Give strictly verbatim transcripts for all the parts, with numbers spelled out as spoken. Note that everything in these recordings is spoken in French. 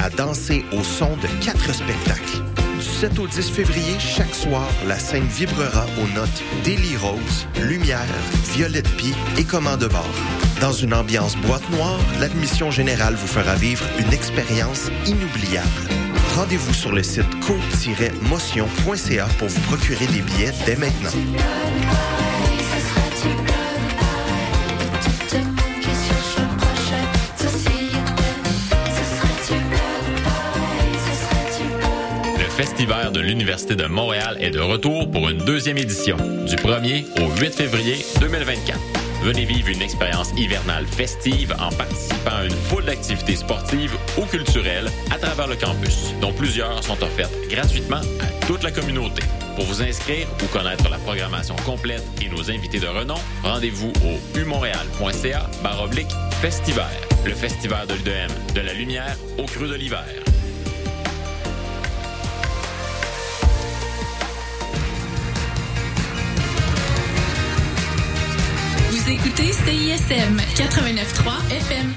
à danser au son de quatre spectacles. Du sept au dix février, chaque soir, la scène vibrera aux notes d'Élie Rose, Lumière, Violette Pie et Commande bord. Dans une ambiance boîte noire, l'admission générale vous fera vivre une expérience inoubliable. Rendez-vous sur le site co tiret motion point c a pour vous procurer des billets dès maintenant. Le Festival de l'Université de Montréal est de retour pour une deuxième édition, du premier au huit février deux mille vingt-quatre. Venez vivre une expérience hivernale festive en participant à une foule d'activités sportives ou culturelles à travers le campus, dont plusieurs sont offertes gratuitement à toute la communauté. Pour vous inscrire ou connaître la programmation complète et nos invités de renom, rendez-vous au u montréal point c a barre oblique festival. Le Festival de l'U D M, de la lumière au creux de l'hiver. Vous écoutez C I S M quatre-vingt-neuf point trois F M.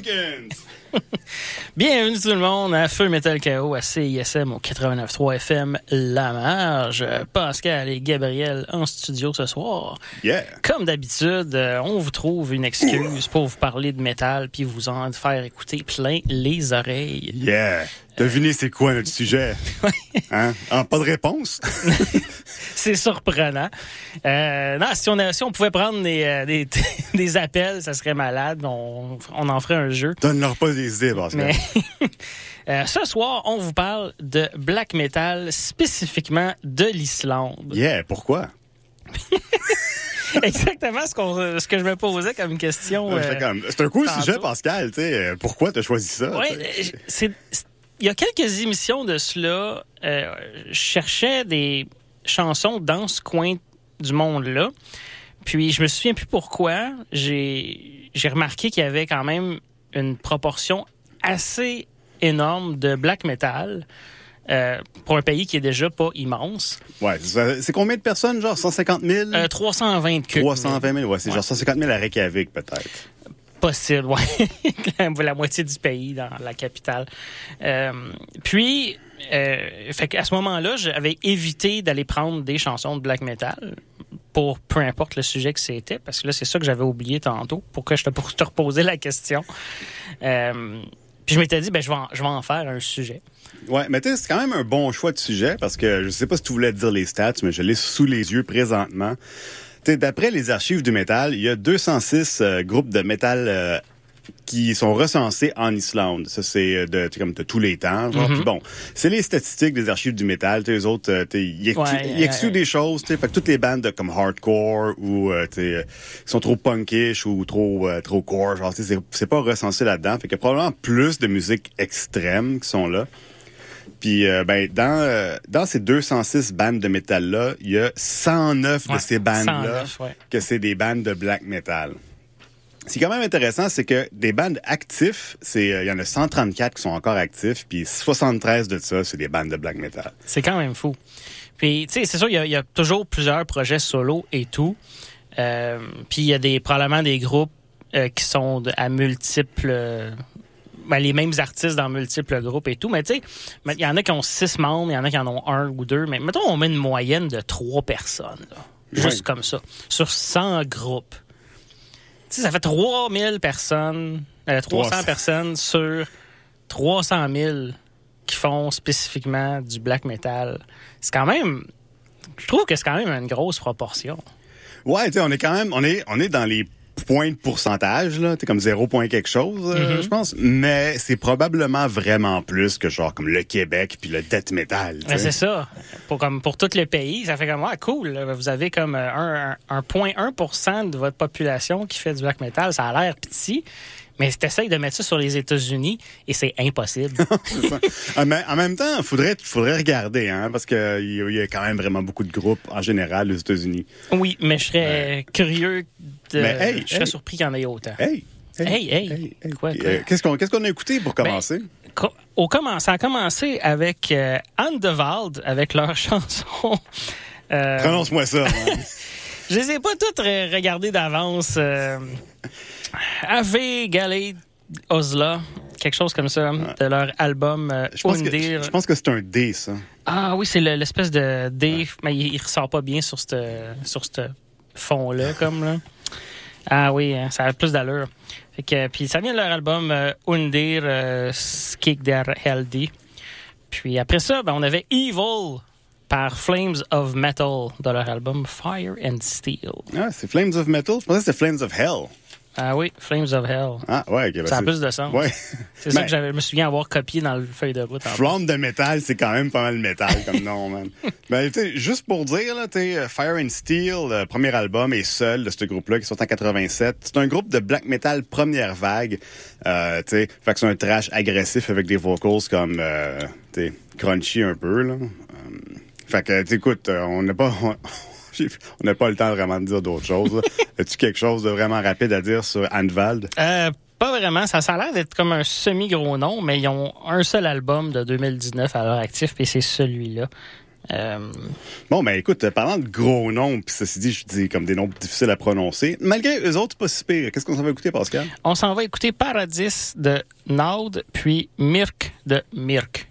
Jenkins! Bienvenue tout le monde à Feu Metal K O à C I S M au quatre-vingt-neuf trois F M La Marge. Pascal et Gabriel en studio ce soir. Yeah! Comme d'habitude, euh, on vous trouve une excuse pour vous parler de métal puis vous en faire écouter plein les oreilles. Yeah! Devinez c'est quoi notre sujet? Hein? Ah, pas de réponse? C'est surprenant. Euh, non, si on, a, si on pouvait prendre des, euh, des, des appels, ça serait malade. On, on en ferait un jeu. Donne-leur pas des idées, Pascal. Mais euh, ce soir, on vous parle de black metal, spécifiquement de l'Islande. Yeah, pourquoi? Exactement ce, qu'on, ce que je me posais comme question. Euh, euh, comme, c'est un cool tantôt. sujet, Pascal. T'sais, pourquoi t'as choisi ça? Oui, c'est, c'est, il y a quelques émissions de cela, euh, je cherchais des chansons dans ce coin du monde-là. Puis je me souviens plus pourquoi. J'ai, j'ai remarqué qu'il y avait quand même une proportion assez énorme de black metal euh, pour un pays qui est déjà pas immense. Ouais, c'est, c'est combien de personnes, genre cent cinquante mille? Euh, trois cent vingt que trois cent vingt mille, ouais, c'est ouais. genre cent cinquante mille à Reykjavik, peut-être. Possible, ouais. La moitié du pays dans la capitale. Euh, puis, euh, fait qu'à ce moment-là, j'avais évité d'aller prendre des chansons de black metal pour peu importe le sujet que c'était, parce que là, c'est ça que j'avais oublié tantôt, pour que je te, pour te reposer la question. Euh, puis je m'étais dit, ben je vais en, je vais en faire un sujet. Ouais, mais tu sais, c'est quand même un bon choix de sujet, parce que je sais pas si tu voulais dire les stats, mais je l'ai sous les yeux présentement. T'sais, d'après les archives du métal, il y a deux cent six euh, groupes de métal euh, qui sont recensés en Islande. Ça, c'est de, comme de tous les temps. Genre. Mm-hmm. Puis bon, c'est les statistiques des archives du métal. T'sais, eux autres, euh, ils excluent, ouais, ils excluent euh, des choses. Fait que toutes les bandes de, comme hardcore ou euh, euh, qui sont trop punkish ou trop euh, trop core, genre, c'est, c'est pas recensé là-dedans. Fait qu'il y a probablement plus de musique extrême qui sont là. Puis, euh, ben, dans, euh, dans ces deux cent six bandes de métal-là, il y a cent neuf ouais, de ces bandes-là cent neuf, ouais. que c'est des bandes de black metal. Ce qui est quand même intéressant, c'est que des bandes actifs, c'est, il y en a cent trente-quatre qui sont encore actifs, puis soixante-treize de ça, c'est des bandes de black metal. C'est quand même fou. Puis, tu sais, c'est sûr, il y, y a toujours plusieurs projets solo et tout. Euh, puis, il y a des, probablement des groupes euh, qui sont de, à multiples... Euh, Ben, les mêmes artistes dans multiples groupes et tout. Mais tu sais, il y en a qui ont six membres, il y en a qui en ont un ou deux. Mais mettons, on met une moyenne de trois personnes. Là, juste oui. comme ça. Sur cent groupes. Tu sais, ça fait trois mille personnes, euh, trois cents, trois cents personnes sur trois cent mille qui font spécifiquement du black metal. C'est quand même... Je trouve que c'est quand même une grosse proportion. Ouais, tu sais, on est quand même... On est, on est dans les... point de pourcentage, là, t'es comme zéro point quelque chose, euh, mm-hmm. je pense. Mais c'est probablement vraiment plus que genre comme le Québec puis le death metal. Ben, c'est ça. Pour, comme, pour tout le pays, ça fait comme, ah, cool, là, vous avez comme un un virgule un pour cent de votre population qui fait du black metal. Ça a l'air petit. Mais t'essayes de mettre ça sur les États-Unis et c'est impossible. C'est ça. Mais en même temps, il faudrait, faudrait regarder, hein, parce qu'il y, y a quand même vraiment beaucoup de groupes en général aux États-Unis. Oui, mais je serais ouais. curieux de... Mais hey, je serais hey. surpris qu'il y en ait autant. Hey! Hey, hey! hey. hey, hey. Quoi, quoi? Euh, qu'est-ce, qu'on, qu'est-ce qu'on a écouté pour commencer? Ben, au commence, ça a commencé avec euh, Andevald, avec leur chanson... Euh... Prononce-moi ça. Je les ai pas toutes re- regardées d'avance... Euh... Ave Galed Osla, quelque chose comme ça, ouais. de leur album euh, je, pense que, je, je pense que c'est un D, ça. Ah oui, c'est le, l'espèce de D, ouais. mais il, il ressort pas bien sur ce sur fond-là, comme là. Ah oui, ça a plus d'allure. Fait que, puis ça vient de leur album euh, Undir euh, Skik der Heldi. Puis après ça, ben, on avait Evil par Flames of Metal de leur album Fire and Steel. Ah, c'est Flames of Metal? Je pensais que c'était Flames of Hell. Ah oui, Flames of Hell. Ah ouais, okay, ben ça a c'est... plus de sens. Ouais. C'est ça que j'avais, je me souviens avoir copié dans le feuille de route. Flamme de métal, c'est quand même pas mal métal comme nom, man. Ben, tu sais, juste pour dire, là, tu sais, Fire and Steel, le premier album est seul de ce groupe-là qui sort en quatre-vingt-sept. C'est un groupe de black metal première vague. Euh, tu sais, fait que c'est un trash agressif avec des vocals comme, euh, tu sais, crunchy un peu, là. Euh, fait que, tu écoute, on n'a pas... On... On n'a pas le temps vraiment de dire d'autres choses. As-tu quelque chose de vraiment rapide à dire sur Andevald? Euh, pas vraiment. Ça, ça a l'air d'être comme un semi-gros nom, mais ils ont un seul album de deux mille dix-neuf à leur actif, puis c'est celui-là. Euh... Bon, ben écoute, parlant de gros noms, puis ceci dit, je dis comme des noms difficiles à prononcer, malgré eux autres, c'est pas si pire. Qu'est-ce qu'on s'en va écouter, Pascal? On s'en va écouter Paradis de Naud, puis Mirk de Mirk.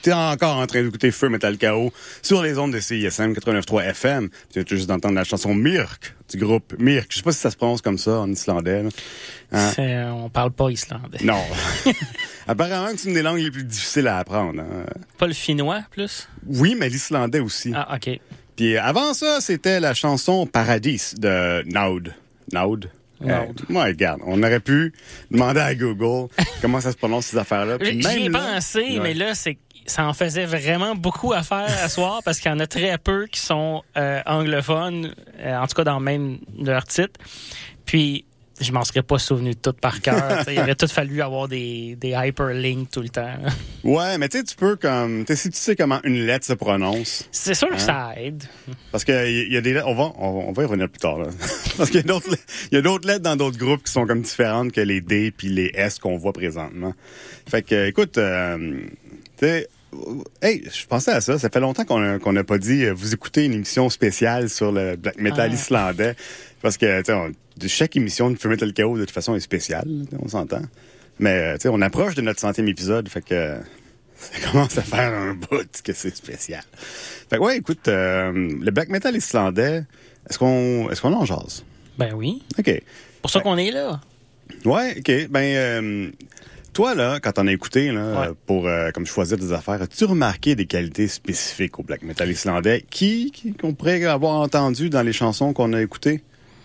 T'es encore en train d'écouter Feu Metal Chaos sur les ondes de C I S M quatre-vingt-neuf point trois F M. Tu viens juste d'entendre la chanson Myrk du groupe Myrk. Je sais pas si ça se prononce comme ça en islandais. Là. Hein? C'est, on parle pas islandais. Non. Apparemment que c'est une des langues les plus difficiles à apprendre. Hein? Pas le finnois, plus? Oui, mais l'islandais aussi. Ah, OK. Puis avant ça, c'était la chanson Paradis de Naud. Naud? Naud. Euh, moi, regarde, on aurait pu demander à Google comment ça se prononce ces affaires-là. Puis J'y ai même là- pensé, Ouais. mais là, c'est ça en faisait vraiment beaucoup à faire à soir parce qu'il y en a très peu qui sont euh, anglophones, euh, en tout cas dans même leur titre. Puis, je m'en serais pas souvenu de tout par cœur. Il aurait tout fallu avoir des, des hyperlinks tout le temps. Ouais, mais tu sais, tu peux comme... Tu sais, si tu sais comment une lettre se prononce... C'est sûr Hein? que ça aide. Parce qu'il y, y a des lettres... On va, on, va- on va y revenir plus tard, là. Parce qu'il y a d'autres il y a d'autres lettres dans d'autres groupes qui sont comme différentes que les D puis les S qu'on voit présentement. Fait que, écoute, euh, tu sais... Hey, je pensais à ça. Ça fait longtemps qu'on a- qu'on n'a pas dit euh, vous écoutez une émission spéciale sur le black metal Ah. islandais. Parce que, tu sais, on- de chaque émission de Feu Metal Chaos, de toute façon, est spéciale. On s'entend. Mais, euh, tu sais, on approche de notre centième épisode. Fait que euh, ça commence à faire un bout que c'est spécial. Fait que, ouais, écoute, euh, le black metal islandais, est-ce qu'on est-ce qu'on en jase? Ben oui. OK. Pour ça qu'on est là. Ouais, OK. Ben, euh, toi, là, quand on a écouté, là, Ouais. pour euh, comme choisir des affaires, as-tu remarqué des qualités spécifiques au black metal islandais qui, qui- qu'on pourrait avoir entendu dans les chansons qu'on a écoutées?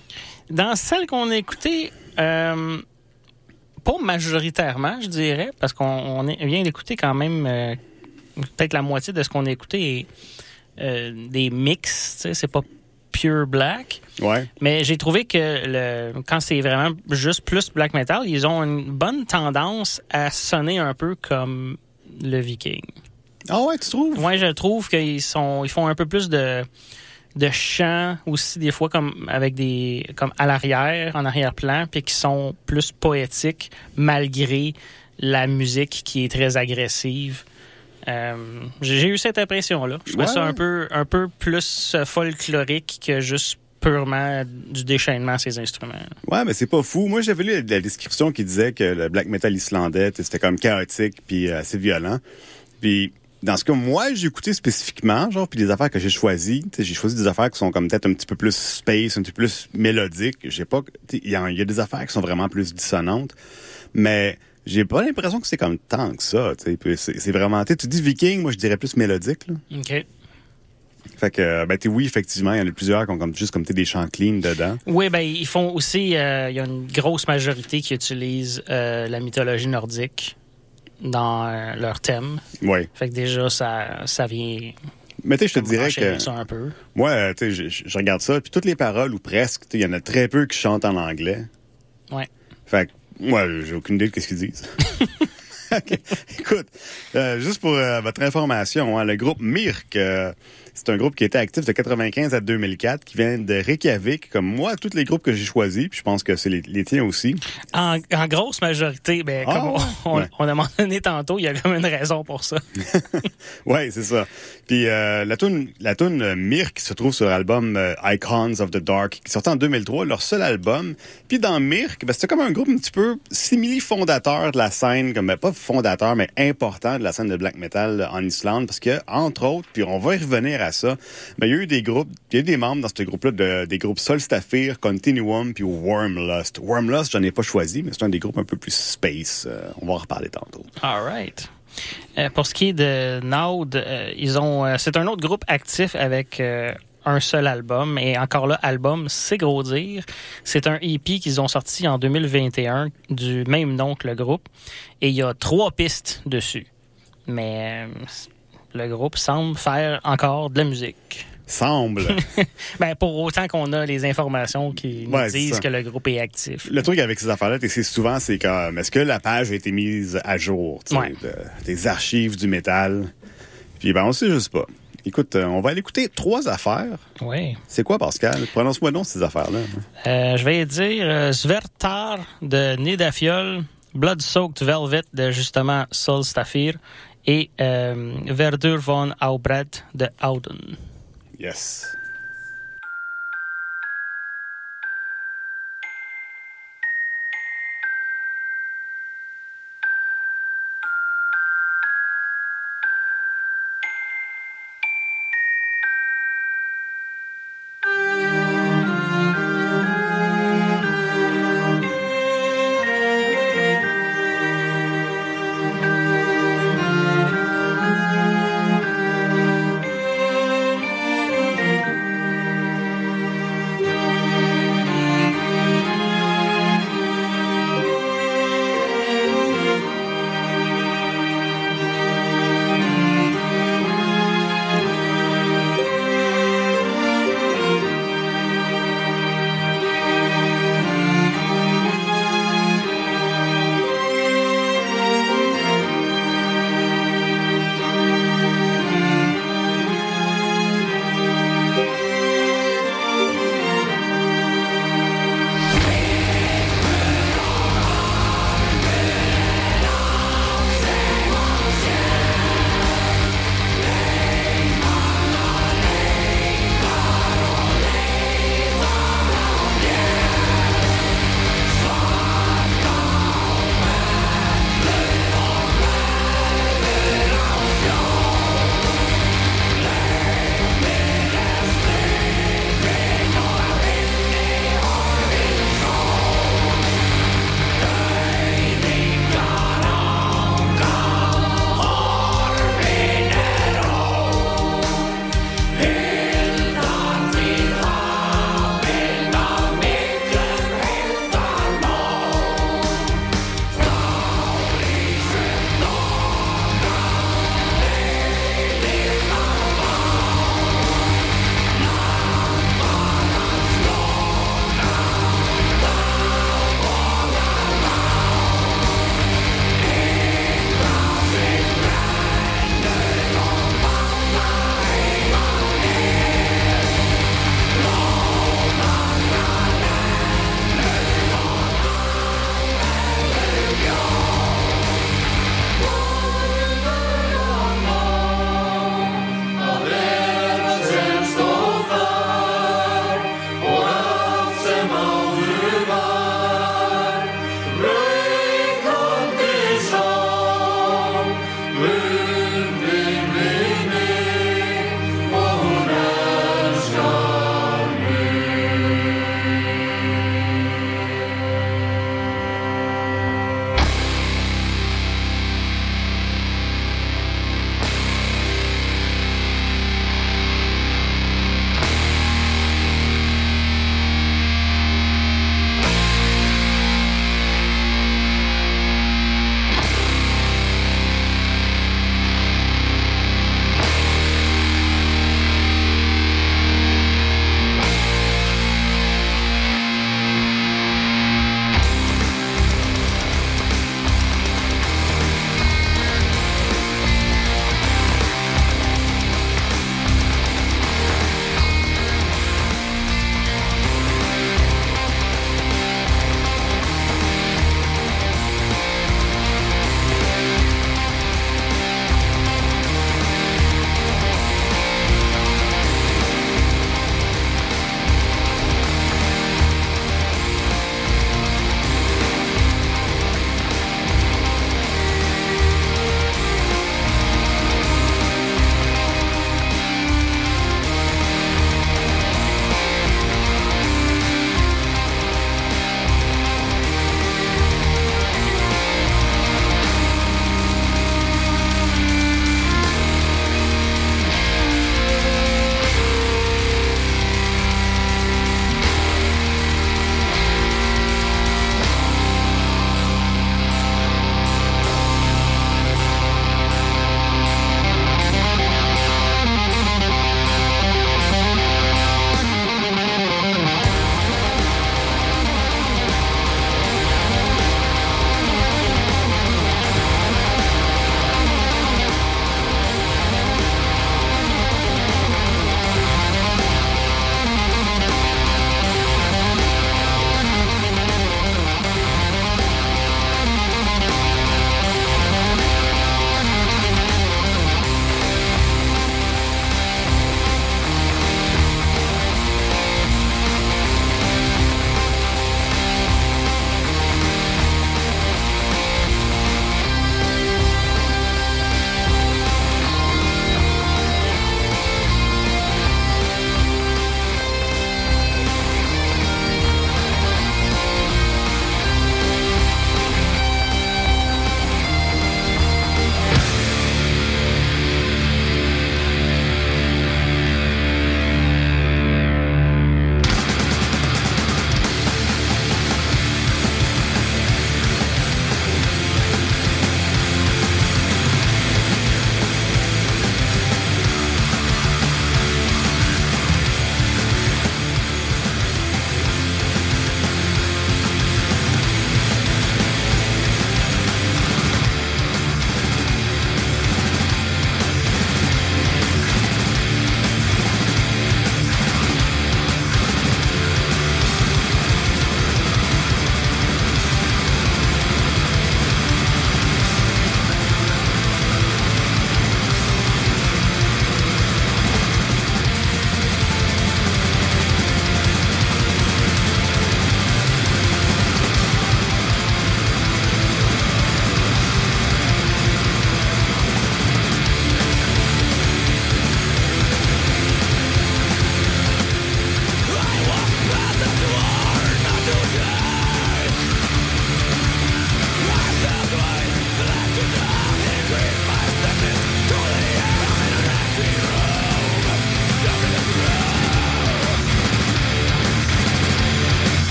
Dans celles qu'on a écoutées, euh, pas majoritairement, je dirais, parce qu'on on est- vient d'écouter quand même euh, peut-être la moitié de ce qu'on a écouté est euh, des mix, tu sais, c'est pas pure black. Ouais. Mais j'ai trouvé que le, quand c'est vraiment juste plus black metal, ils ont une bonne tendance à sonner un peu comme le Viking. Ah ouais, tu trouves? Moi, je trouve qu'ils sont, ils font un peu plus de de chants aussi des fois comme avec des comme à l'arrière, en arrière-plan, puis qui sont plus poétiques malgré la musique qui est très agressive. Euh, j'ai j'ai eu cette impression-là. Je trouvais Ouais. ça un peu un peu plus euh, folklorique que juste purement du déchaînement à ces instruments. Ouais, mais c'est pas fou. Moi, j'avais lu la description qui disait que le black metal islandais, tu sais, c'était comme chaotique puis euh, assez violent. Puis dans ce cas, moi, j'ai écouté spécifiquement, genre, puis des affaires que j'ai choisies. Tu sais, j'ai choisi des affaires qui sont comme peut-être un petit peu plus space, un petit peu plus mélodiques. J'ai pas, tu sais, il y, a- il y a des affaires qui sont vraiment plus dissonantes, mais j'ai pas l'impression que c'est comme tant que ça. Tu sais, Puis c'est c'est vraiment, tu sais, tu dis Viking, moi je dirais plus mélodique. Là. OK. Fait que, euh, ben, tu sais, oui, effectivement, il y en a plusieurs qui ont comme juste comme tu sais, des chants clean dedans. Oui, ben ils font aussi, euh, il y a une grosse majorité qui utilise euh, la mythologie nordique dans euh, leur thème. Ouais. Fait que déjà, ça, ça vient Mais tu sais, je te dirais enchérir que ça un peu. moi, euh, tu sais, je, je regarde ça, puis toutes les paroles ou presque, tu sais, il y en a très peu qui chantent en anglais. Ouais. Fait que, moi, j'ai aucune idée de qu'est-ce qu'ils disent. OK. Écoute, euh, juste pour euh, votre information, hein, le groupe Myrk, euh, c'est un groupe qui était actif de quatre-vingt-quinze à deux mille quatre, qui vient de Reykjavik, comme moi, tous les groupes que j'ai choisis, puis je pense que c'est les, les tiens aussi. En, en grosse majorité, ben, Ah, comme on, ouais. on, Ouais. on a mentionné tantôt, il y a comme une raison pour ça. Ouais, c'est ça. Puis euh, la tune la tune euh, Myrk se trouve sur l'album euh, Icons of the Dark, qui est sorti en deux mille trois, leur seul album. Puis dans Myrk, ben, c'était comme un groupe un petit peu simili-fondateur de la scène, comme ben, pas fondateur, mais important de la scène de black metal en Islande, parce que, entre autres, puis on va y revenir à ça, mais il y a eu des groupes, il y a eu des membres dans ce groupe-là, de, des groupes Solstafir, Continuum, puis Wormlust. Wormlust, j'en ai pas choisi, mais c'est un des groupes un peu plus space. Euh, on va en reparler tantôt. All right. Euh, pour ce qui est de Naud, euh, ils ont, euh, c'est un autre groupe actif avec euh, un seul album. Et encore là, album, c'est gros dire. C'est un E P qu'ils ont sorti en deux mille vingt et un du même nom que le groupe. Et il y a trois pistes dessus. Mais euh, le groupe semble faire encore de la musique. Semble. Ben, pour autant qu'on a les informations qui nous Ouais, c'est disent ça. que le groupe est actif. Le truc avec ces affaires-là, c'est souvent, c'est comme, est-ce que la page a été mise à jour, tu sais, Ouais. de- des archives du métal? Puis, ben, on sait juste pas. Écoute, euh, on va aller écouter trois affaires. Oui. C'est quoi, Pascal? Prononce-moi donc ces affaires-là. Euh, je vais dire euh, Svertar de Nidafiol, Blood Soaked Velvet de justement Solstafir et euh, Verdur von Aubred de Auden. Yes.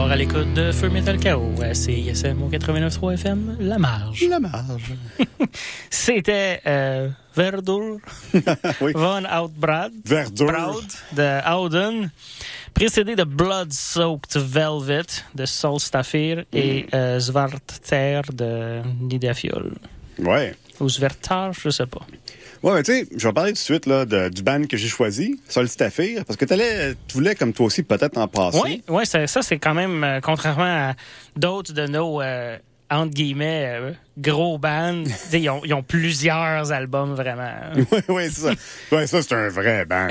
à l'écoute de Feu Metal Chaos à C I S M au quatre-vingt-neuf point trois F M, La Marge. La marge. C'était euh, Verdure Oui. von Outbrad Verdure. Braud de Howden, précédé de Blood-Soaked Velvet de Solstafir et euh, Svarter de Nidafiol. Ouais. Ou Svertar, je sais pas. Ouais, mais tu sais, je vais parler tout de suite là, de, du band que j'ai choisi, Solstafir, parce que t'allais, tu voulais, comme toi aussi, peut-être en passer. Oui, ouais, ça, ça c'est quand même, euh, contrairement à d'autres de nos, euh, entre guillemets, euh, gros bands, ils ont, ils ont plusieurs albums vraiment. Oui, oui, c'est ça. Ouais, ça, c'est un vrai band.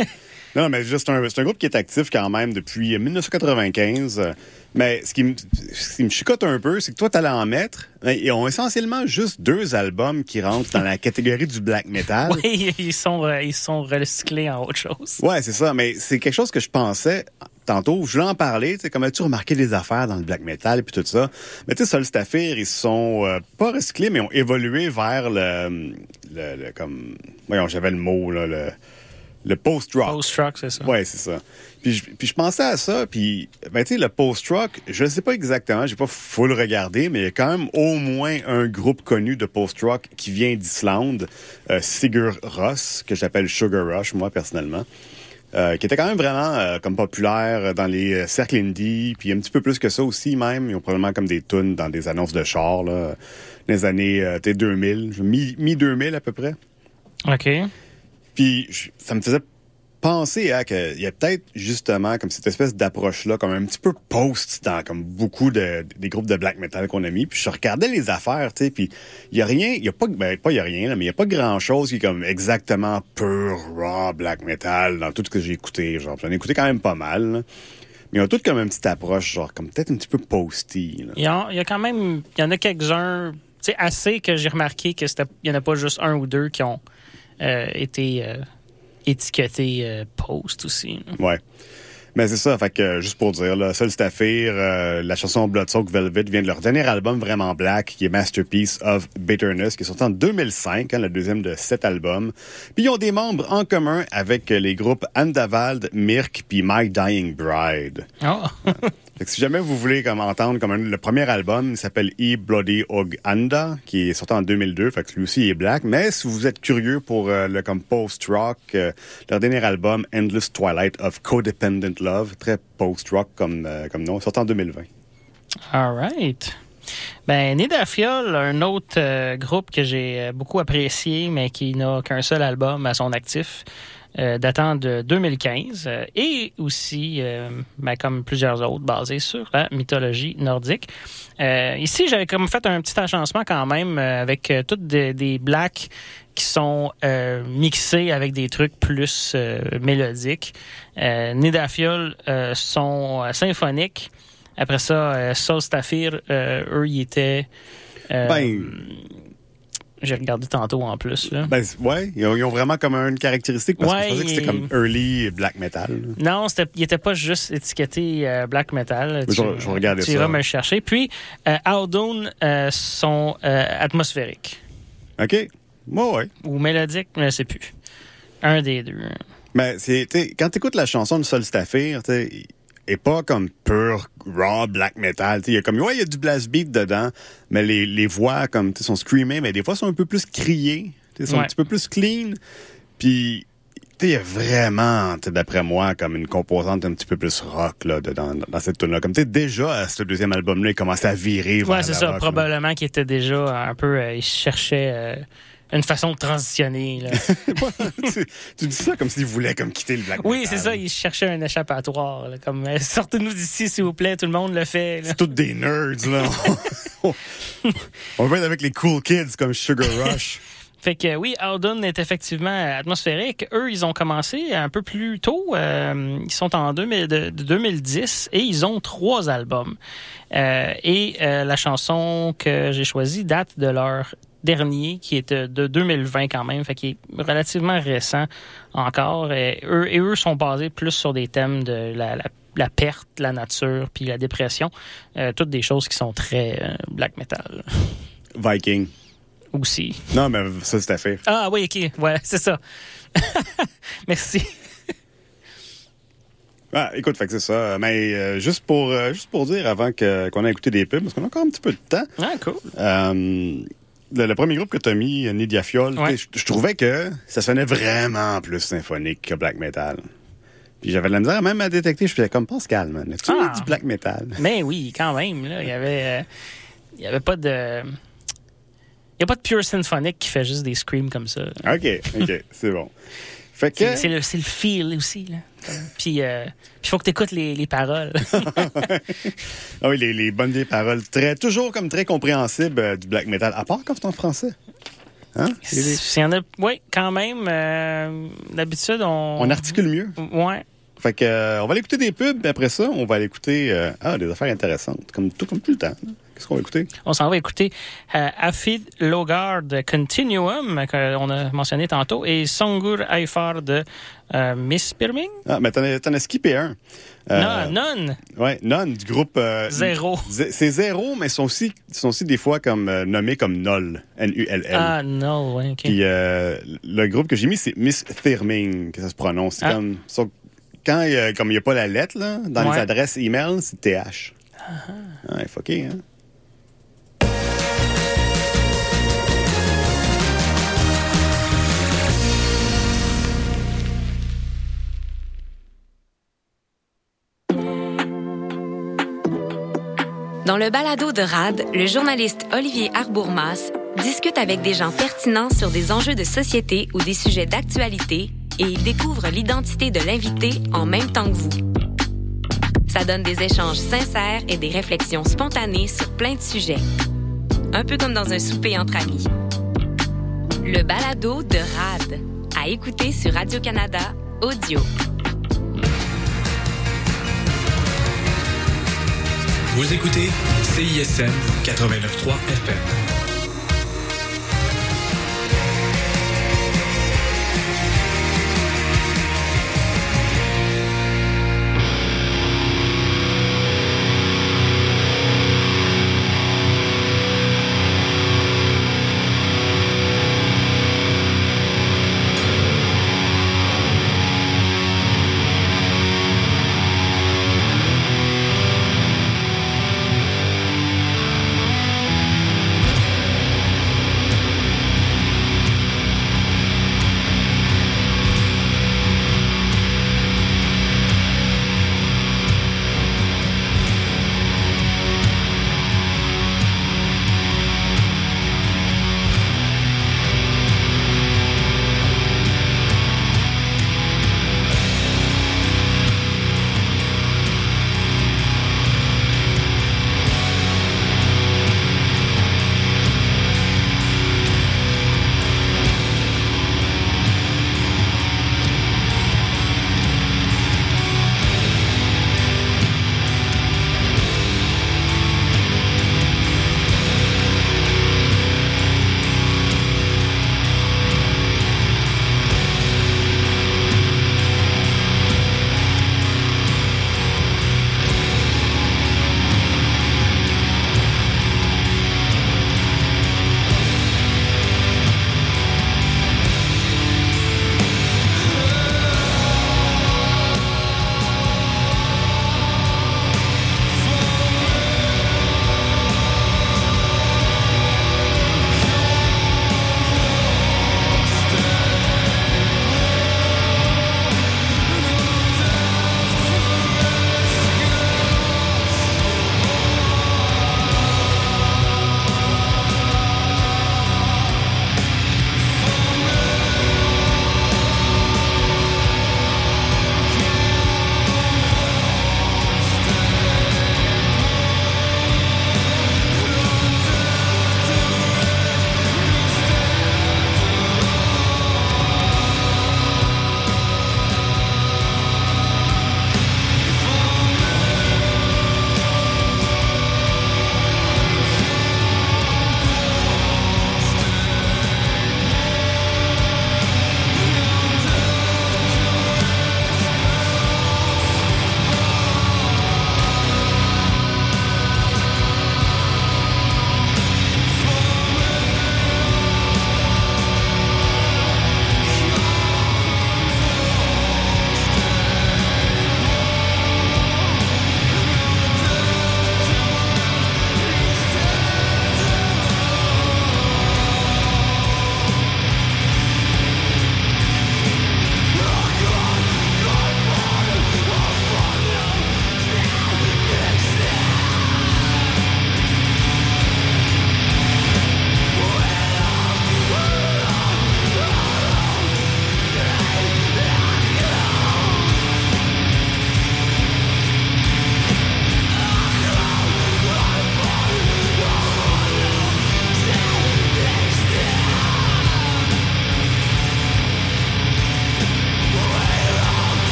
Non, mais juste un, c'est un groupe qui est actif quand même depuis dix-neuf quatre-vingt-quinze. Mais ce qui me, ce qui me chicote un peu, c'est que toi, t'allais en mettre. Ils ont essentiellement juste deux albums qui rentrent dans la catégorie du black metal. Oui, ils sont, euh, ils sont recyclés en autre chose. Ouais, c'est ça. Mais c'est quelque chose que je pensais tantôt. Je voulais en parler. Tu sais, comme as-tu remarqué des affaires dans le black metal et puis tout ça? Mais tu sais, Solstafir, ils sont euh, pas recyclés, mais ont évolué vers le, le, le comme, voyons, j'avais le mot là, le. Le post-rock. Post-rock, c'est ça. Oui, c'est ça. Puis je, puis je pensais à ça, puis, ben, tu sais, le post-rock, je ne sais pas exactement, j'ai pas full regardé, mais il y a quand même au moins un groupe connu de post-rock qui vient d'Islande, euh, Sigur Rós, que j'appelle Sugar Rush, moi, personnellement, euh, qui était quand même vraiment euh, comme populaire dans les euh, cercles indie, puis un petit peu plus que ça aussi, même. Ils ont probablement comme des tunes dans des annonces de chars, là, dans les années euh, deux mille, mi-deux mille à peu près. OK. Puis ça me faisait penser à qu'il y a peut-être justement comme cette espèce d'approche-là, comme un petit peu post dans comme beaucoup de, des groupes de black metal qu'on a mis. Puis je regardais les affaires, tu sais, puis il y a rien, il y a pas, ben pas il y a rien, là, mais il y a pas grand-chose qui est comme exactement pur raw black metal dans tout ce que j'ai écouté. Genre, j'en ai écouté quand même pas mal, là. Mais ils ont toutes comme une petite approche, genre comme peut-être un petit peu posty. Là. Il y a, il y a quand même, il y en a quelques-uns, tu sais, assez que j'ai remarqué que c'était, il y en a pas juste un ou deux qui ont Euh, été euh, étiqueté euh, post aussi. Là. Ouais. Mais c'est ça, fait que euh, juste pour dire, là, Solstafir, euh, la chanson Blood-Soaked Velvet vient de leur dernier album vraiment black, qui est Masterpiece of Bitterness, qui est sorti en deux mille cinq, hein, le deuxième de sept albums. Puis ils ont des membres en commun avec les groupes Andavald, Mirk, puis My Dying Bride. Oh. Fait que si jamais vous voulez comme entendre comme un, le premier album, il s'appelle E Bloody Og Anda, qui est sorti en deux mille deux, fait que lui aussi est black. Mais si vous êtes curieux pour euh, le comme post-rock, euh, leur dernier album, Endless Twilight of Codependent Love, très post-rock comme, euh, comme nom, sorti en deux mille vingt. All right. Ben, Nidafiol, un autre euh, groupe que j'ai beaucoup apprécié, mais qui n'a qu'un seul album à son actif. Euh, datant de deux mille quinze euh, et aussi, euh, ben, comme plusieurs autres, basés sur la mythologie nordique. Euh, ici, j'avais comme fait un petit agencement quand même euh, avec euh, toutes des, des blacks qui sont euh, mixés avec des trucs plus euh, mélodiques. Euh, Nidafiol euh, sont euh, symphoniques. Après ça, euh, Solstafir, euh, eux, ils étaient... Euh, Ben... J'ai regardé tantôt en plus. Là. Ben, ouais, ils ont, ils ont vraiment comme une caractéristique parce ouais, que je pensais que c'était comme early black metal. Là. Non, c'était, il n'était pas juste étiqueté euh, black metal. Tu, je, je vais regarder tu ça. iras me le chercher. Puis, euh, Howden euh, sont euh, atmosphériques. OK. Moi, ouais. Ou mélodiques, je ne sais plus. Un des deux. Mais c'est, t'sais, quand tu écoutes la chanson de Solstafir, tu sais, et pas comme pur raw black metal. Il y a comme, ouais, il y a du blast beat dedans, mais les, les voix comme, sont screamées, mais des fois sont un peu plus criées. Ils sont ouais. un petit peu plus clean. Puis, il y a vraiment, d'après moi, comme une composante un petit peu plus rock là, de, dans, dans cette tune-là. Comme déjà, à ce deuxième album-là, il commençait à virer. Ouais, c'est ça. Rock, probablement qu'il était déjà un peu... Euh, il cherchait... Euh... une façon de transitionner. Là. tu, tu dis ça comme s'il voulait comme quitter le black metal. Oui, c'est ça. Il cherchait un échappatoire. Là, comme euh, sortez-nous d'ici, s'il vous plaît. Tout le monde le fait. Là. C'est tous des nerds. Là. on, on va être avec les cool kids comme Sugar Rush. Fait que oui, Howden est effectivement atmosphérique. Eux, ils ont commencé un peu plus tôt. Euh, ils sont en deux mille, de, de deux mille dix et ils ont trois albums. Euh, et euh, la chanson que j'ai choisie date de leur dernier, qui est de deux mille vingt quand même, fait qu'il est relativement récent encore. Et eux, et eux sont basés plus sur des thèmes de la, la, la perte, la nature, puis la dépression. Euh, toutes des choses qui sont très euh, black metal. Viking. Aussi. Non, mais ça, c'est à faire. Ah oui, OK. Ouais, c'est ça. Merci. Ah, écoute, fait que c'est ça. Mais euh, juste pour euh, juste pour dire avant que qu'on a écouté des pubs, parce qu'on a encore un petit peu de temps. Ah, cool. Euh, le, le premier groupe que tu as mis, Nidia Fiol, Ouais. je trouvais que ça sonnait vraiment plus symphonique que black metal. Puis j'avais de la misère même à détecter. Je faisais comme Pascal, man. Tu Ah. du black metal? Mais oui, quand même. Là, il y avait, euh, il y avait pas de, il y a pas de pure symphonique qui fait juste des screams comme ça. OK, OK, c'est bon. Fait que... C'est, c'est le, c'est le feel aussi là. Puis, euh, il faut que tu écoutes les, les paroles. Ah oui, les, les bonnes vieilles paroles. Très, toujours comme très compréhensibles euh, du black metal. À part quand c'est en français. Hein? S'il y en a, oui, quand même. Euh, d'habitude, on. On articule mieux. Ouais. Fait que, euh, on va aller écouter des pubs, puis après ça, on va aller écouter euh, ah, des affaires intéressantes, comme tout, comme tout le temps. Là. Qu'est-ce qu'on va écouter? On s'en va écouter euh, Afid Logard de Continuum, qu'on a mentionné tantôt, et Songur Aifar de euh, Miss Birming. Ah, mais t'en as, t'en as skippé un. Euh, non, non. Ouais, non, du groupe... Euh, Zéro. Z- c'est Zéro, mais ils sont aussi, sont aussi des fois comme euh, nommés comme Null, N U L L. Ah, non, ouais, OK. Puis euh, le groupe que j'ai mis, c'est Miss Thirming, que ça se prononce. C'est ah. comme... So, quand il y a, comme il n'y a pas la lettre, là, dans ouais. les adresses email, c'est T H. Uh-huh. Ouais, fucké, hein? Dans le balado de R A D, le journaliste Olivier Arbourmas discute avec des gens pertinents sur des enjeux de société ou des sujets d'actualité et il découvre l'identité de l'invité en même temps que vous. Ça donne des échanges sincères et des réflexions spontanées sur plein de sujets. Un peu comme dans un souper entre amis. Le balado de R A D, à écouter sur Radio-Canada Audio. Vous écoutez C I S M quatre-vingt-neuf point trois F M.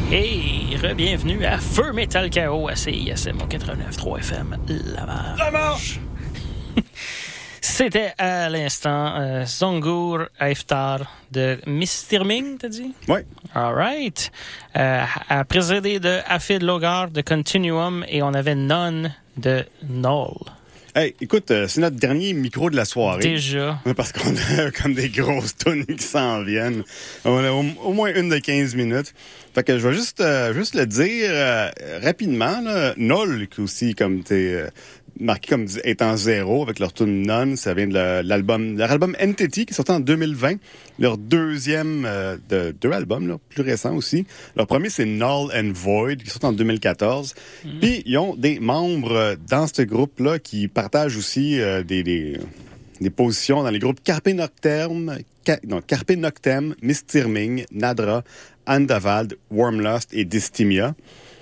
Et re-bienvenue à Feu Metal Chaos à C I S M quatre-vingt-neuf trois F M Lamarche. La marche! C'était à l'instant euh, Zongur Iftar de Mistirming, t'as dit? Oui. All right. Euh, à précédé de Afid Logar de Continuum et on avait None de Null. Hey, écoute, euh, c'est notre dernier micro de la soirée. Déjà. Parce qu'on a comme des grosses tunes qui s'en viennent. On a au, au moins une de quinze minutes. Fait que je vais juste, euh, juste le dire euh, rapidement. Là. Null, qui aussi, comme t'es euh, marqué comme étant zéro avec leur tune None, ça vient de la, l'album, leur album Entity qui est sorti en deux mille vingt. Leur deuxième euh, de deux albums, là, plus récents aussi. Leur premier, c'est Null and Void, qui est sorti en deux mille quatorze. Mm. Puis, ils ont des membres euh, dans ce groupe-là qui partagent aussi euh, des, des, des positions dans les groupes Carpe Noctem, Ca- non, Carpe Noctem, Mistirming, Nadra, Andavald, Wormlust et Dysthymia.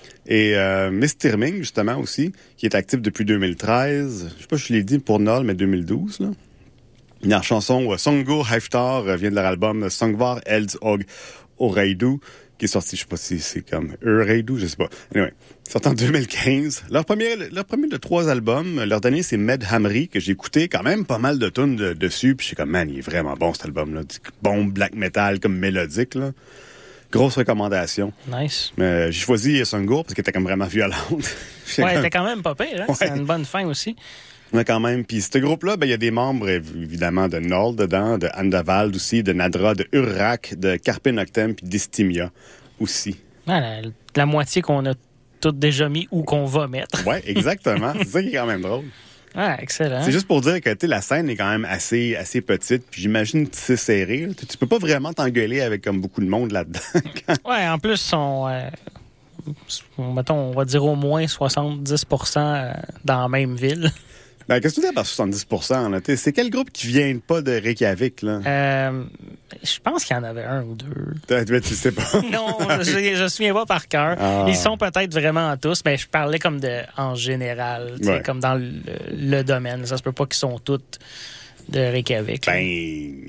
Et euh, Mistirming, justement, aussi, qui est actif depuis deux mille treize. Je sais pas si je l'ai dit pour Null, mais deux mille douze, là. Leur chanson euh, Songur Heftar euh, vient de leur album Songvar Eldsog Oreidu, qui est sorti, je sais pas si c'est comme Ureidu, je sais pas. Anyway, sorti en deux mille quinze. Leur premier, leur premier de trois albums, leur dernier, c'est Med Hamri, que j'ai écouté quand même pas mal de tunes de, dessus, puis je suis comme, man, il est vraiment bon, cet album-là. Du bon black metal, comme mélodique, là. Grosse recommandation. Nice. Euh, j'ai choisi Songur parce qu'elle était comme vraiment violente. Ouais, elle était quand même pas pire, hein? Ouais. C'est une bonne fin aussi. Mais quand même. Puis ce groupe-là, ben il y a des membres, évidemment, de Null dedans, de Andavald aussi, de Nadra, de Urrak, de Carpe Noctem, puis Dysthymia aussi. Ouais, la, la moitié qu'on a toutes déjà mis ou qu'on va mettre. Ouais, exactement. C'est ça qui est quand même drôle. Ah, excellent. C'est juste pour dire que la scène est quand même assez, assez petite, puis j'imagine tissé serré. Tu, tu peux pas vraiment t'engueuler avec comme beaucoup de monde là-dedans. Ouais, en plus, on, euh, mettons, on va dire au moins soixante-dix pour cent dans la même ville. Ben, qu'est-ce que tu dis par soixante-dix pour cent? Là? C'est quel groupe qui vient pas de Reykjavik? Là? Euh, je pense qu'il y en avait un ou deux. Ben, tu sais pas. Non, je ne me souviens pas par cœur. Ah. Ils sont peut-être vraiment tous, mais je parlais comme de en général, ouais. Comme dans le, le domaine. Ça se peut pas qu'ils sont tous de Reykjavik. Ben.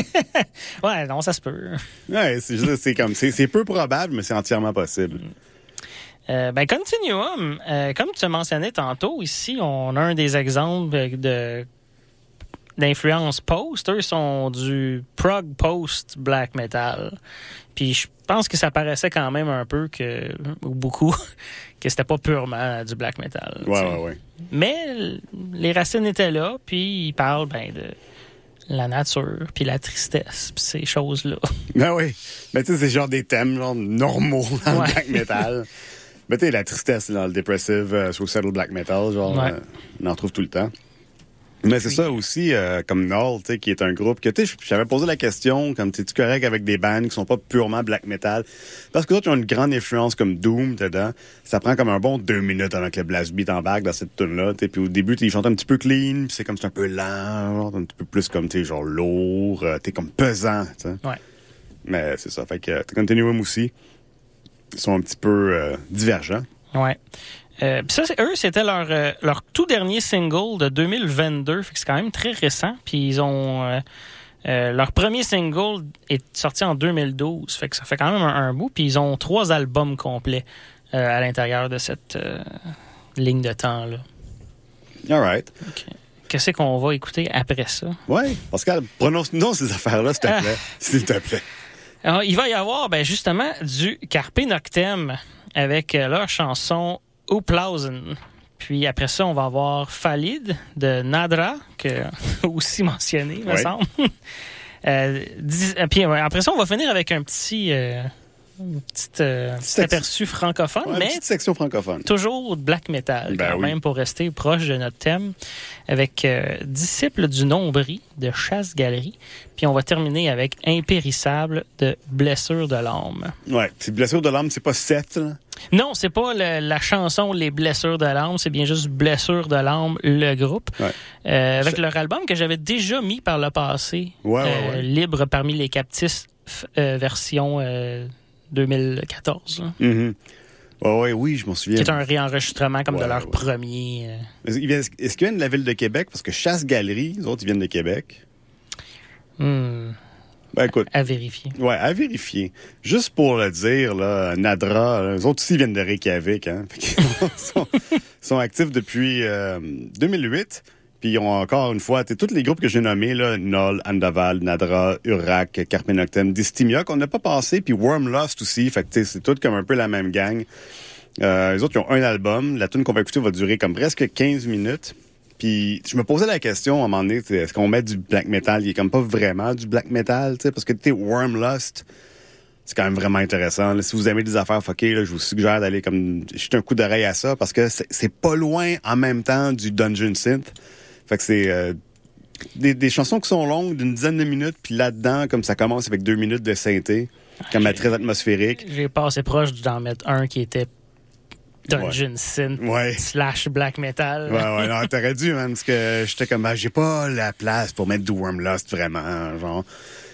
Ouais, non, ça se peut. Ouais, c'est juste, c'est comme, c'est, c'est peu probable, mais c'est entièrement possible. Mm. Euh, ben, Continuum, euh, comme tu mentionnais tantôt, ici, on a un des exemples de, d'influence post. Eux sont du prog post black metal. Puis je pense que ça paraissait quand même un peu, que, ou beaucoup, que c'était pas purement du black metal. Ouais, ouais, ouais. Mais les racines étaient là, puis ils parlent ben, de la nature, puis la tristesse, puis ces choses-là. Ben oui. Ben tu sais, c'est genre des thèmes genre, normaux dans ouais. le black metal. Mais tu sais, la tristesse dans le depressive, euh, suicidal black metal, genre, ouais. euh, on en trouve tout le temps. Mais c'est oui. ça aussi, euh, comme Null, tu sais, qui est un groupe que, tu sais, j'avais posé la question, comme, t'es-tu correct avec des bands qui sont pas purement black metal? Parce que d'autres, ils ont une grande influence comme Doom dedans. Ça prend comme un bon deux minutes avant que le blast beat embarque dans cette tune-là, tu sais. Puis au début, ils chantent un petit peu clean, puis c'est comme, c'est un peu lent, genre, un petit peu plus comme, tu sais, genre lourd, euh, t'es comme pesant, tu sais. Ouais. Mais c'est ça. Fait que, Continuum aussi. Ils sont un petit peu euh, divergents. Ouais. Euh, puis ça, c'est, eux, c'était leur, euh, leur tout dernier single de deux mille vingt-deux. Fait que c'est quand même très récent. Puis ils ont... Euh, euh, leur premier single est sorti en deux mille douze. Fait que ça fait quand même un, un bout. Puis ils ont trois albums complets euh, à l'intérieur de cette euh, ligne de temps-là. All right. Okay. Qu'est-ce qu'on va écouter après ça? Oui. Pascal, prononce-nous ces affaires-là, s'il te plaît. Ah. S'il te plaît. Alors, il va y avoir ben, justement du Carpe Noctem avec euh, leur chanson Uplausen. Puis après ça, on va avoir Falid de Nadra, que aussi mentionné, me oui. semble. euh, dix, puis après ça, on va finir avec un petit, euh, petit, euh, petit aperçu francophone, ouais, mais une petite section francophone. Toujours de black metal, ben quand oui. même, pour rester proche de notre thème, avec euh, Disciples du Nombril de Chasse-Galerie. Puis on va terminer avec Impérissable de Blessure de l'âme. Ouais, c'est Blessure de l'âme, c'est pas Seth, là? Non, c'est pas le, la chanson Les Blessures de l'âme, c'est bien juste Blessure de l'âme, le groupe. Ouais. Euh, avec Je... leur album que j'avais déjà mis par le passé, ouais, euh, ouais, ouais. Libre parmi les captifs, euh, version euh, deux mille quatorze. Mm-hmm. Ouais, ouais, oui, je m'en souviens. Qui est un réenregistrement comme ouais, de leur ouais. premier... Euh... Est-ce qu'ils viennent de la ville de Québec? Parce que Chasse-Galerie, les autres, ils viennent de Québec. Hmm. Ben, écoute. À vérifier. Ouais, à vérifier. Juste pour le dire, là, Nadra, là, eux autres aussi viennent de Reykjavik, hein. Ils sont, sont actifs depuis euh, deux mille huit. Puis ils ont encore une fois, tous les groupes que j'ai nommés, là, Null, Andaval, Nadra, Urak, Carpe Noctem, Dysthymia, qu'on n'a pas passé, puis Wormlust aussi. Fait que c'est tout comme un peu la même gang. Euh, les autres, ils ont un album. La tune qu'on va écouter va durer comme presque quinze minutes. Puis je me posais la question à un moment donné, est-ce qu'on met du black metal? Il est comme pas vraiment du black metal, tu sais, parce que tu sais, Wormlust, c'est quand même vraiment intéressant. Là, si vous aimez des affaires fuckées, là, je vous suggère d'aller comme jeter un coup d'oreille à ça, parce que c'est, c'est pas loin en même temps du Dungeon Synth. Fait que c'est euh, des, des chansons qui sont longues, d'une dizaine de minutes, puis là-dedans, comme ça commence avec deux minutes de synthé, comme elle est très atmosphérique. J'ai passé proche d'en mettre un qui était Dungeon ouais. Synth ouais. slash black metal. Ouais, ouais, non, t'aurais dû, man, parce que j'étais comme, ben, j'ai pas la place pour mettre du Wormlust, vraiment, genre.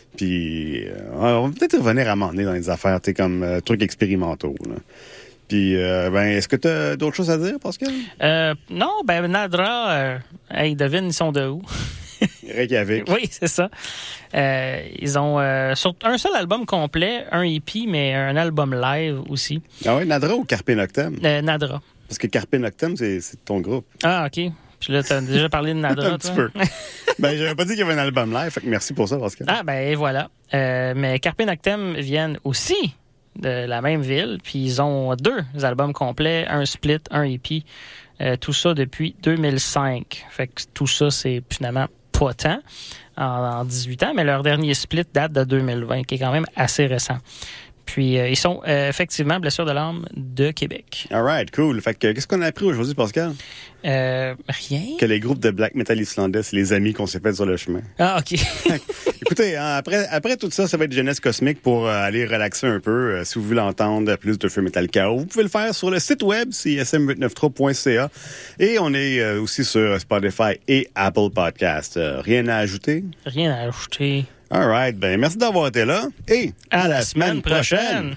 Puis, euh, on va peut-être revenir à un moment donné dans les affaires, tu sais, comme euh, trucs expérimentaux, là. Puis, euh, ben, est-ce que tu as d'autres choses à dire, Pascal? Euh, non, ben, Nadra, euh, hey, devine, ils sont de où? Reykjavik. Oui, c'est ça. Euh, ils ont euh, sur un seul album complet, un E P, mais un album live aussi. Ah oui, Nadra ou Carpe Noctem? Euh, Nadra. Parce que Carpe Noctem, c'est, c'est ton groupe. Ah, OK. Puis là, t'as déjà parlé de Nadra, un petit peu. Ben, j'avais pas dit qu'il y avait un album live, fait que merci pour ça, Pascal. Ah, ben, voilà. Euh, mais Carpe Noctem viennent aussi de la même ville, puis ils ont deux albums complets, un split, un E P, euh, tout ça depuis deux mille cinq. Fait que tout ça, c'est finalement pas tant en, en dix-huit ans, mais leur dernier split date de deux mille vingt, qui est quand même assez récent. Puis, euh, ils sont euh, effectivement Blessure de l'âme de Québec. All right, cool. Fait que, qu'est-ce qu'on a appris aujourd'hui, Pascal? Euh, rien. Que les groupes de black metal islandais, c'est les amis qu'on s'est fait sur le chemin. Ah, OK. Écoutez, hein, après, après tout ça, ça va être Jeunesse Cosmique pour euh, aller relaxer un peu. Euh, si vous voulez entendre plus de Feu Metal Chaos, vous pouvez le faire sur le site web, c'est i s m huit cent quatre-vingt-treize point c a. Et on est euh, aussi sur Spotify et Apple Podcast. Euh, rien à ajouter? Rien à ajouter. All right. Ben, merci d'avoir été là. Et à, à la semaine, semaine prochaine. prochaine.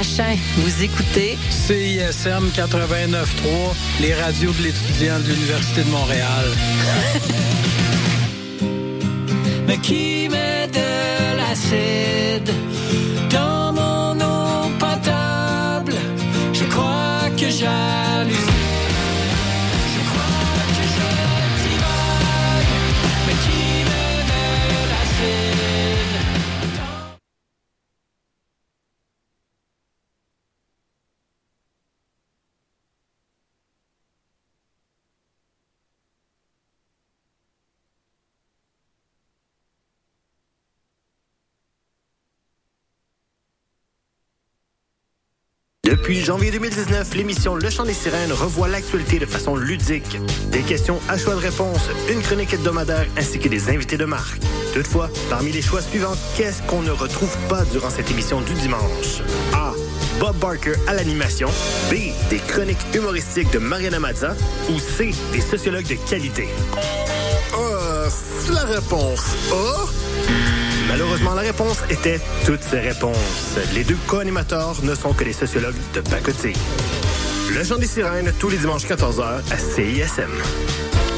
prochain. Vous écoutez C I S M quatre-vingt-neuf trois, les radios de l'étudiant de l'Université de Montréal. Mais qui met de l'acide dans mon eau potable? Je crois que j'hallucine. Je crois que je divague. Mais qui met de l'acide dans... Depuis janvier deux mille dix-neuf, l'émission Le Chant des Sirènes revoit l'actualité de façon ludique. Des questions à choix de réponse, une chronique hebdomadaire ainsi que des invités de marque. Toutefois, parmi les choix suivants, qu'est-ce qu'on ne retrouve pas durant cette émission du dimanche? A. Bob Barker à l'animation. B. Des chroniques humoristiques de Mariana Mazza. Ou C. Des sociologues de qualité. Euh, la réponse A. Malheureusement, la réponse était toutes ces réponses. Les deux co-animateurs ne sont que des sociologues de pacotille. Le Chant des Sirènes, tous les dimanches quatorze heures à C I S M.